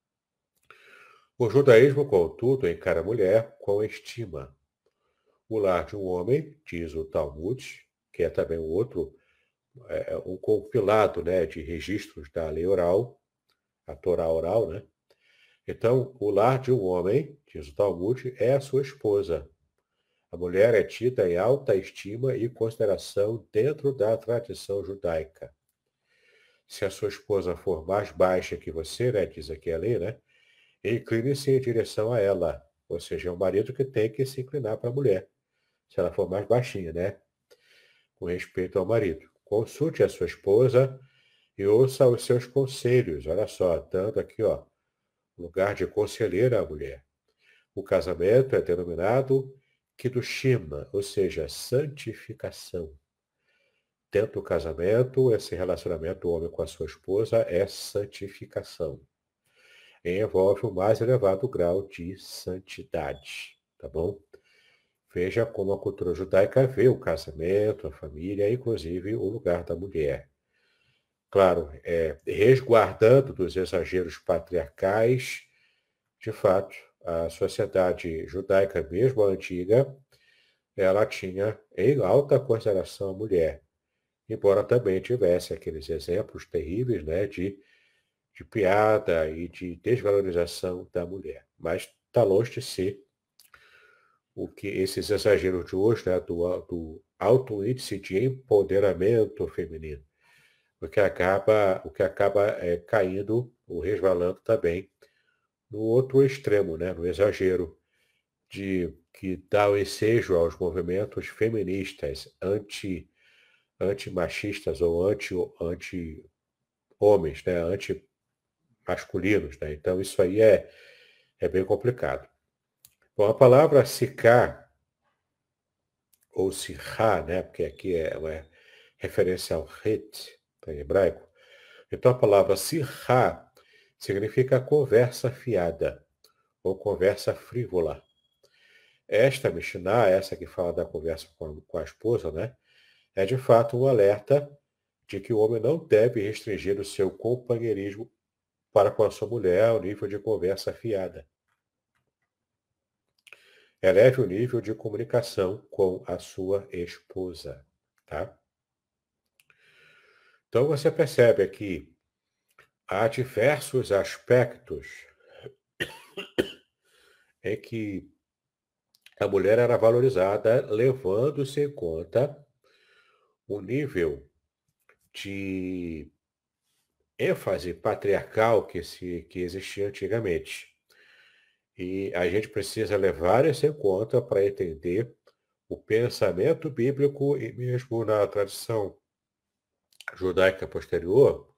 O judaísmo, contudo, encara a mulher com estima. O lar de um homem, diz o Talmud, que é também um outro, é, um compilado, né, de registros da lei oral, a Torá oral, né? Então, o lar de um homem, diz o Talmud, é a sua esposa. A mulher é tida em alta estima e consideração dentro da tradição judaica. Se a sua esposa for mais baixa que você, né, diz aqui a lei, né, incline-se em direção a ela. Ou seja, é o marido que tem que se inclinar para a mulher, se ela for mais baixinha, né, com respeito ao marido. Consulte a sua esposa e ouça os seus conselhos. Olha só, dando aqui, ó, lugar de conselheira à mulher. O casamento é denominado Kiddushim, ou seja, santificação. Dentro do casamento, esse relacionamento do homem com a sua esposa é santificação. E envolve o mais elevado grau de santidade, tá bom? Veja como a cultura judaica vê o casamento, a família, inclusive o lugar da mulher. Claro, é, resguardando dos exageros patriarcais, de fato, a sociedade judaica, mesmo a antiga, ela tinha em alta consideração a mulher, embora também tivesse aqueles exemplos terríveis, né, de, de piada e de desvalorização da mulher. Mas está longe de ser o que esses exageros de hoje, né, do, do alto índice de empoderamento feminino, o que acaba, o que acaba é, caindo ou resvalando também no outro extremo, né, no exagero de que dá o ensejo aos movimentos feministas anti antimachistas ou anti anti homens, né, anti-masculinos, né? Então isso aí é é bem complicado. Bom, a palavra sikar ou sirá, né, porque aqui é uma referência ao het, em hebraico. Então a palavra sirá significa conversa fiada ou conversa frívola. Esta Mishnah, essa que fala da conversa com a, com a esposa, né, é de fato um alerta de que o homem não deve restringir o seu companheirismo para com a sua mulher ao nível de conversa fiada. Eleve o nível de comunicação com a sua esposa, tá? Então você percebe aqui, há diversos aspectos em que a mulher era valorizada, levando-se em conta o nível de ênfase patriarcal que, se, que existia antigamente. E a gente precisa levar isso em conta para entender o pensamento bíblico e mesmo na tradição judaica posterior,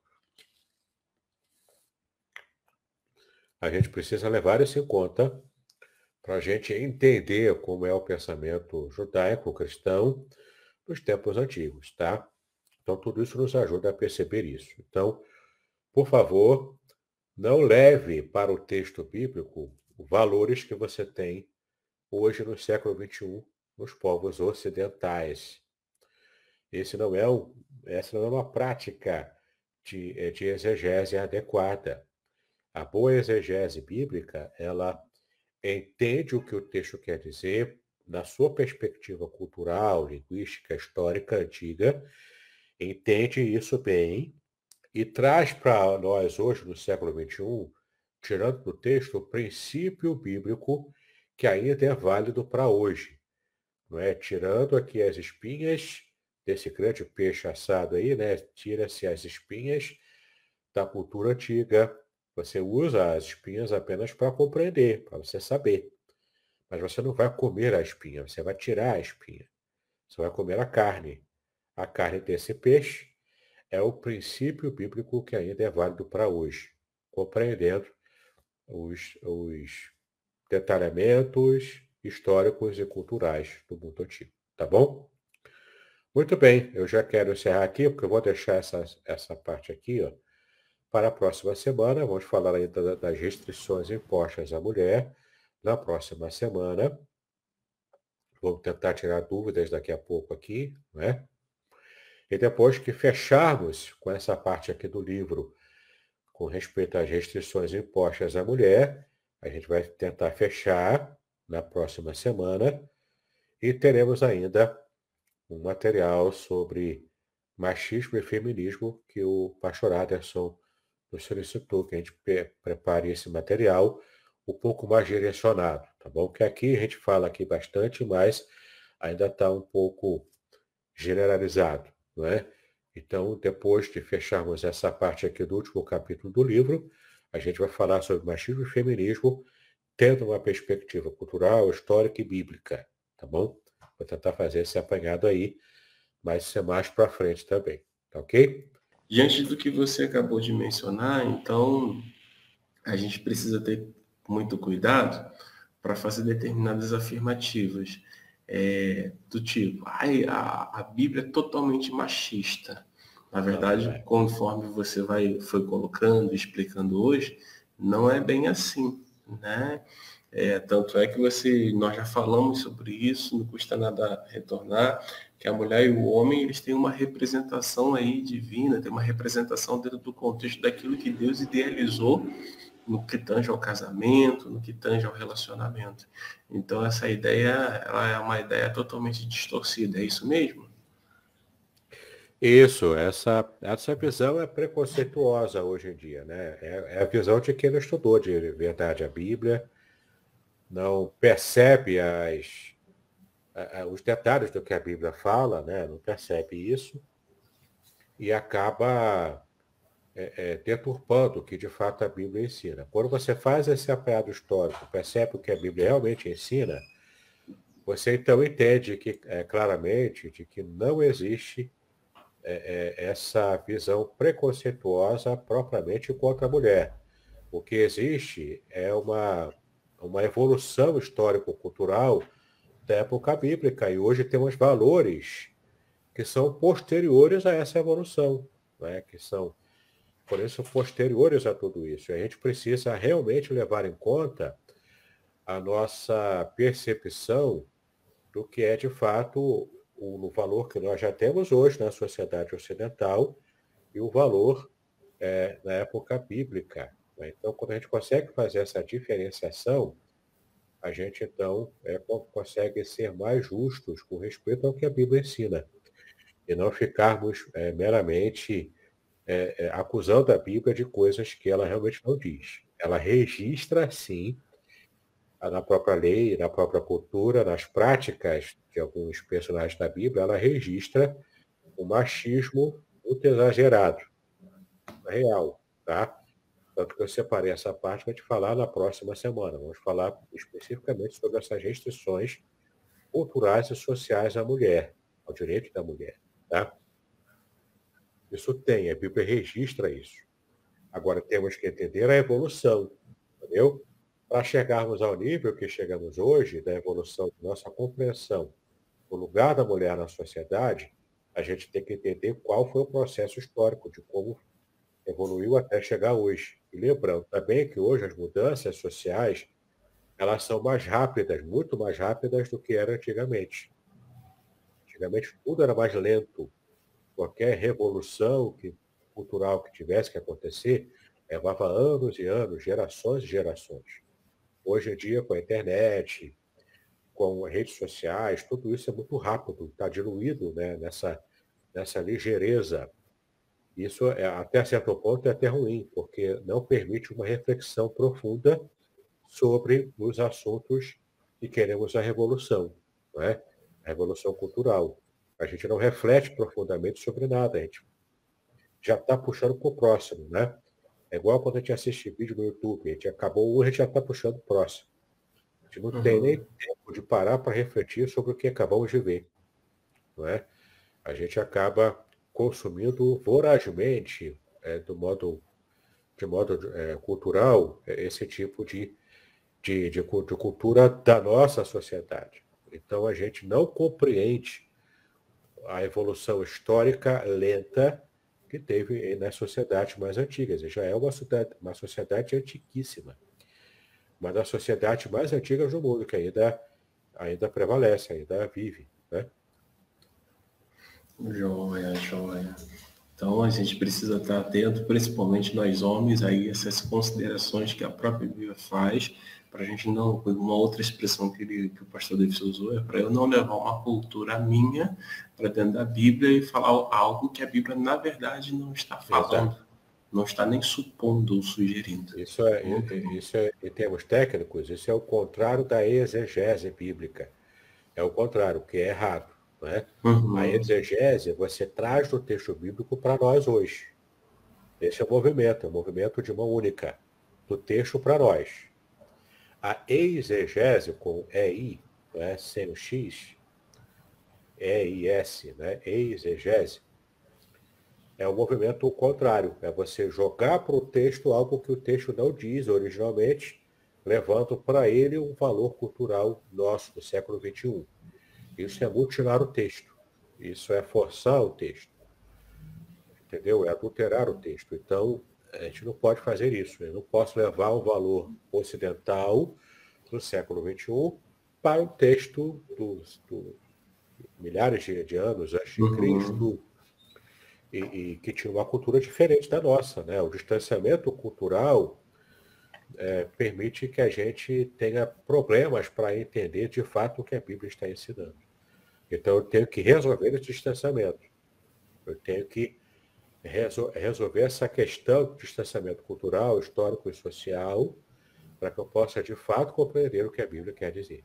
a gente precisa levar isso em conta para a gente entender como é o pensamento judaico cristão dos tempos antigos, tá? Então tudo isso nos ajuda a perceber isso. Então, por favor, não leve para o texto bíblico valores que você tem hoje no século vinte e um nos povos ocidentais. Esse não é um, essa não é uma prática de, de exegese adequada. A boa exegese bíblica, ela entende o que o texto quer dizer na sua perspectiva cultural, linguística, histórica antiga, entende isso bem e traz para nós hoje, no século vinte e um, tirando do texto o princípio bíblico que ainda é válido para hoje. Não é? Tirando aqui as espinhas desse grande peixe assado aí, né? Tira-se as espinhas da cultura antiga. Você usa as espinhas apenas para compreender, para você saber. Mas você não vai comer a espinha, você vai tirar a espinha. Você vai comer a carne. A carne desse peixe é o princípio bíblico que ainda é válido para hoje, compreendendo os, os detalhamentos históricos e culturais do mundo antigo, tá bom? Muito bem, eu já quero encerrar aqui, porque eu vou deixar essa, essa parte aqui, ó, para a próxima semana. Vamos falar ainda das restrições impostas à mulher na próxima semana. Vamos tentar tirar dúvidas daqui a pouco aqui, né? E depois que fecharmos com essa parte aqui do livro, com respeito às restrições impostas à mulher, a gente vai tentar fechar na próxima semana e teremos ainda um material sobre machismo e feminismo que o pastor Aderson nos solicitou que a gente prepare esse material um pouco mais direcionado, tá bom? Que aqui a gente fala aqui bastante, mas ainda está um pouco generalizado, não é? Então, depois de fecharmos essa parte aqui do último capítulo do livro, a gente vai falar sobre machismo e feminismo, tendo uma perspectiva cultural, histórica e bíblica, tá bom? Vou tentar fazer esse apanhado aí, mas isso é mais para frente também, tá ok? Diante do que você acabou de mencionar, então, a gente precisa ter muito cuidado para fazer determinadas afirmativas. É, do tipo, ai, a, a Bíblia é totalmente machista. Na verdade, Não, não é. conforme você vai, foi colocando, explicando hoje, não é bem assim, né? É, tanto é que você, nós já falamos sobre isso, não custa nada retornar, que a mulher e o homem, eles têm uma representação aí divina, tem uma representação dentro do contexto daquilo que Deus idealizou no que tange ao casamento, no que tange ao relacionamento. Então, essa ideia, ela é uma ideia totalmente distorcida, é isso mesmo? Isso, essa, essa visão é preconceituosa hoje em dia, né? É, é a visão de quem não estudou de verdade a Bíblia, não percebe as, a- a- os detalhes do que a Bíblia fala, né? Não percebe isso e acaba é, é, deturpando o que de fato a Bíblia ensina. Quando você faz esse apanhado histórico, percebe o que a Bíblia realmente ensina, você então entende que, é, claramente de que não existe é, é, essa visão preconceituosa propriamente contra a mulher. O que existe é uma, uma evolução histórico-cultural da época bíblica, e hoje temos valores que são posteriores a essa evolução, né? Que são, por isso, posteriores a tudo isso. E a gente precisa realmente levar em conta a nossa percepção do que é, de fato, o, o valor que nós já temos hoje na sociedade ocidental e o valor é, na época bíblica, né? Então, quando a gente consegue fazer essa diferenciação, a gente, então, é, consegue ser mais justos com respeito ao que a Bíblia ensina, e não ficarmos é, meramente é, é, acusando a Bíblia de coisas que ela realmente não diz. Ela registra, sim, na própria lei, na própria cultura, nas práticas de alguns personagens da Bíblia, ela registra o machismo muito exagerado, real, tá? Tanto que eu separei essa parte para te falar na próxima semana. Vamos falar especificamente sobre essas restrições culturais e sociais à mulher, ao direito da mulher, tá? Isso tem, a Bíblia registra isso. Agora temos que entender a evolução, entendeu? Para chegarmos ao nível que chegamos hoje, da evolução de nossa compreensão do lugar da mulher na sociedade, a gente tem que entender qual foi o processo histórico de como evoluiu até chegar hoje. E lembrando também que hoje as mudanças sociais, elas são mais rápidas, muito mais rápidas do que era antigamente. Antigamente tudo era mais lento. Qualquer revolução que, cultural que tivesse que acontecer, levava anos e anos, gerações e gerações. Hoje em dia, com a internet, com as redes sociais, tudo isso é muito rápido, está diluído, né, nessa, nessa ligeireza. Isso, é, até certo ponto, é até ruim, porque não permite uma reflexão profunda sobre os assuntos que queremos a revolução, não é? A revolução cultural. A gente não reflete profundamente sobre nada, a gente já está puxando para o próximo, né? É igual quando a gente assiste vídeo no YouTube, a gente acabou um, a gente já está puxando o próximo. A gente não tem nem Uhum. tempo de parar para refletir sobre o que acabamos de ver, não é? A gente acaba consumindo vorazmente, é, do modo, de modo é, cultural, é, esse tipo de, de, de, de cultura da nossa sociedade. Então, a gente não compreende a evolução histórica lenta que teve nas sociedades mais antigas. Já é uma sociedade, uma sociedade antiquíssima. Uma das sociedades mais antigas do mundo, que ainda, ainda prevalece, ainda vive. Né? Joia, joia. Então a gente precisa estar atento, principalmente nós homens, aí essas considerações que a própria Bíblia faz, para a gente não, uma outra expressão que, ele, que o pastor Davis usou, é para eu não levar uma cultura minha para dentro da Bíblia e falar algo que a Bíblia, na verdade, não está falando, Exato. Não está nem supondo ou sugerindo. Isso é, isso é, em termos técnicos, isso é o contrário da exegese bíblica. É o contrário, o que é errado. Né? Uhum. A exegese, você traz do texto bíblico para nós hoje. Esse é o movimento, é o movimento de mão única, do texto para nós. A exegese, com E I, né, sem o X, E I S, né, exegese, é o movimento contrário. É você jogar para o texto algo que o texto não diz originalmente, levando para ele um valor cultural nosso do século vinte e um. Isso é mutilar o texto. Isso é forçar o texto. Entendeu? É adulterar o texto. Então, a gente não pode fazer isso. Eu não posso levar o valor ocidental do século vinte e um para o texto dos do, milhares de, de anos antes de Cristo, uhum. e, e que tinha uma cultura diferente da nossa. Né? O distanciamento cultural é, permite que a gente tenha problemas para entender de fato o que a Bíblia está ensinando. Então, eu tenho que resolver esse distanciamento. Eu tenho que resol- resolver essa questão do distanciamento cultural, histórico e social, para que eu possa, de fato, compreender o que a Bíblia quer dizer.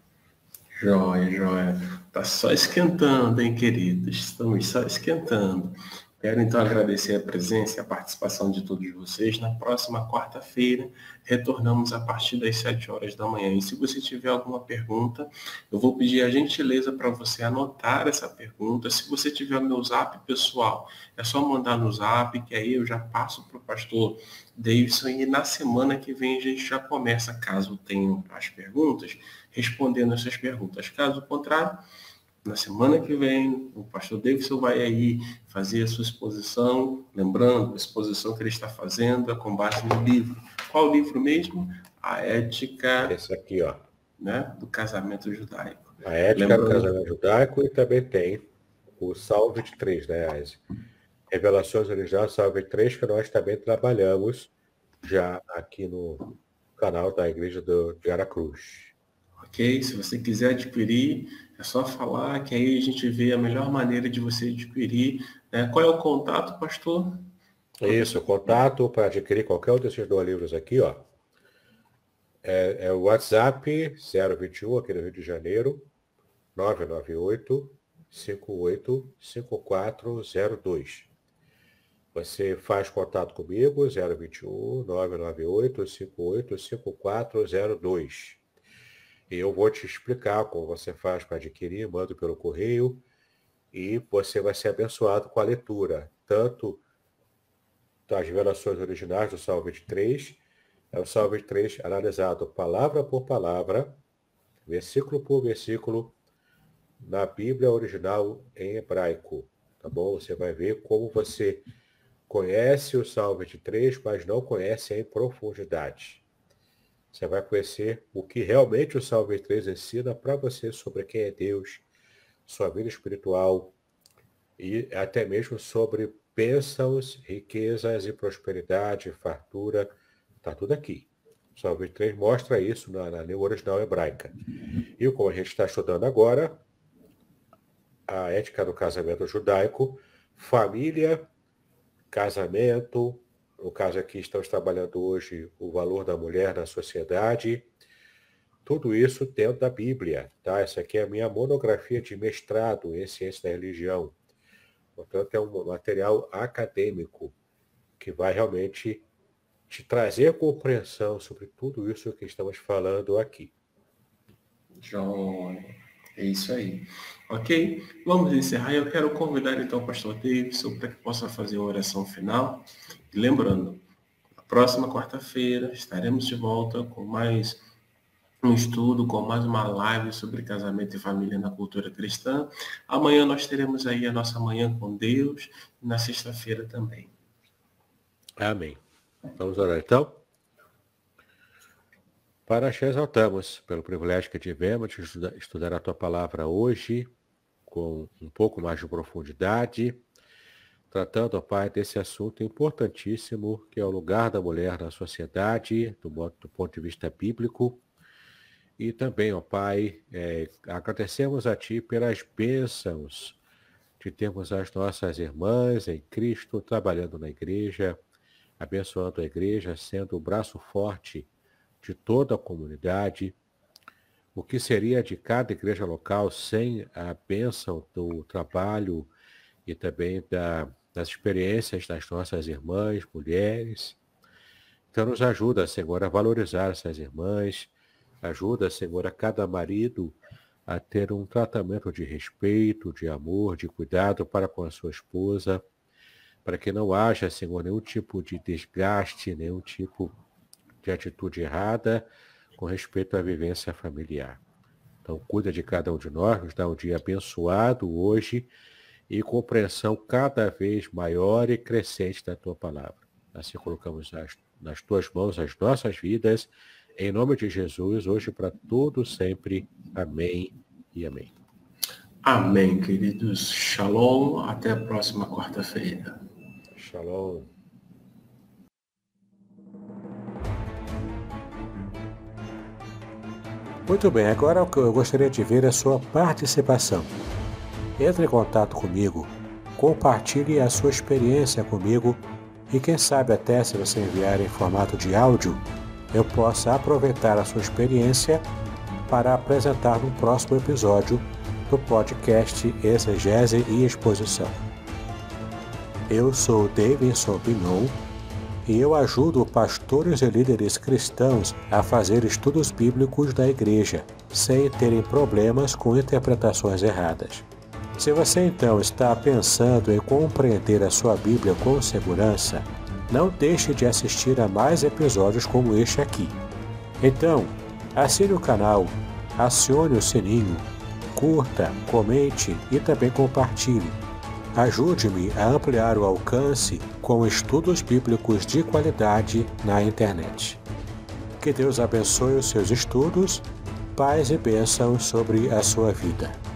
Joia, joia. Tá só esquentando, hein, queridos? Estamos só esquentando. Quero então agradecer a presença e a participação de todos vocês. Na próxima quarta-feira, retornamos a partir das sete horas da manhã. E se você tiver alguma pergunta, eu vou pedir a gentileza para você anotar essa pergunta. Se você tiver o meu zap pessoal, é só mandar no zap, que aí eu já passo para o pastor Davidson. E na semana que vem a gente já começa, caso tenham as perguntas, respondendo essas perguntas. Caso contrário, na semana que vem, o pastor Davidson vai aí fazer a sua exposição, lembrando a exposição que ele está fazendo é com base no livro. Qual livro mesmo? A Ética Esse aqui, ó. Né, do Casamento Judaico. A Ética lembrando... do Casamento Judaico, e também tem o Salmo vinte e três, né? As Revelações Originais do Salmo vinte e três, que nós também trabalhamos já aqui no canal da Igreja do, de Aracruz. Ok? Se você quiser adquirir, é só falar que aí a gente vê a melhor maneira de você adquirir. Né? Qual é o contato, pastor? Isso, o contato para adquirir qualquer um desses dois livros aqui, ó. É, é o WhatsApp zero vinte e um, aqui no Rio de Janeiro, nove nove oito, cinco oito cinco quatro zero dois. Você faz contato comigo, zero vinte e um, nove nove oito, cinco oito cinco quatro zero dois. E eu vou te explicar como você faz para adquirir, mando pelo correio, e você vai ser abençoado com a leitura, tanto das revelações originais do Salmo vinte e três, é o Salmo vinte e três analisado palavra por palavra, versículo por versículo, na Bíblia original em hebraico, tá bom? Você vai ver como você conhece o Salmo vinte e três, mas não conhece em profundidade. Você vai conhecer o que realmente o Salmo vinte e três ensina para você sobre quem é Deus, sua vida espiritual e até mesmo sobre bênçãos, riquezas e prosperidade, fartura. Está tudo aqui. O Salmo vinte e três mostra isso na, na língua original hebraica. E como a gente está estudando agora, a ética do casamento judaico, família, casamento, no caso aqui estamos trabalhando hoje o valor da mulher na sociedade, tudo isso dentro da Bíblia, tá? Essa aqui é a minha monografia de mestrado em ciência da religião. Portanto, é um material acadêmico que vai realmente te trazer compreensão sobre tudo isso que estamos falando aqui. João, é isso aí. Ok? Vamos encerrar. Eu quero convidar então o pastor Davidson para que possa fazer a oração final. Lembrando, na próxima quarta-feira estaremos de volta com mais um estudo com mais uma live sobre casamento e família na cultura cristã. Amanhã nós teremos aí a nossa manhã com Deus, e na sexta-feira também. Amém. Vamos orar então? Para te exaltamos pelo privilégio que tivemos de estudar, estudar a tua palavra hoje, com um pouco mais de profundidade, tratando, ó Pai, desse assunto importantíssimo, que é o lugar da mulher na sociedade, do, do ponto de vista bíblico. E também, ó Pai, é, agradecemos a Ti pelas bênçãos de termos as nossas irmãs em Cristo trabalhando na igreja, abençoando a igreja, sendo o braço forte de toda a comunidade. O que seria de cada igreja local sem a bênção do trabalho e também da, das experiências das nossas irmãs, mulheres? Então nos ajuda, Senhor, a valorizar essas irmãs. Ajuda, Senhor, a cada marido a ter um tratamento de respeito, de amor, de cuidado para com a sua esposa, para que não haja, Senhor, nenhum tipo de desgaste, nenhum tipo de atitude errada com respeito à vivência familiar. Então, cuida de cada um de nós, nos dá um dia abençoado hoje e compreensão cada vez maior e crescente da Tua palavra. Assim colocamos nas, nas Tuas mãos as nossas vidas, em nome de Jesus, hoje para todos sempre. Amém e amém. Amém, queridos. Shalom. Até a próxima quarta-feira. Shalom. Muito bem, agora eu gostaria de ver a sua participação. Entre em contato comigo, compartilhe a sua experiência comigo e quem sabe até se você enviar em formato de áudio, eu possa aproveitar a sua experiência para apresentar no próximo episódio do podcast Exegese e Exposição. Eu sou Davidson Binon e eu ajudo pastores e líderes cristãos a fazer estudos bíblicos da igreja, sem terem problemas com interpretações erradas. Se você então está pensando em compreender a sua Bíblia com segurança, não deixe de assistir a mais episódios como este aqui. Então, assine o canal, acione o sininho, curta, comente e também compartilhe. Ajude-me a ampliar o alcance com estudos bíblicos de qualidade na internet. Que Deus abençoe os seus estudos, paz e bênçãos sobre a sua vida.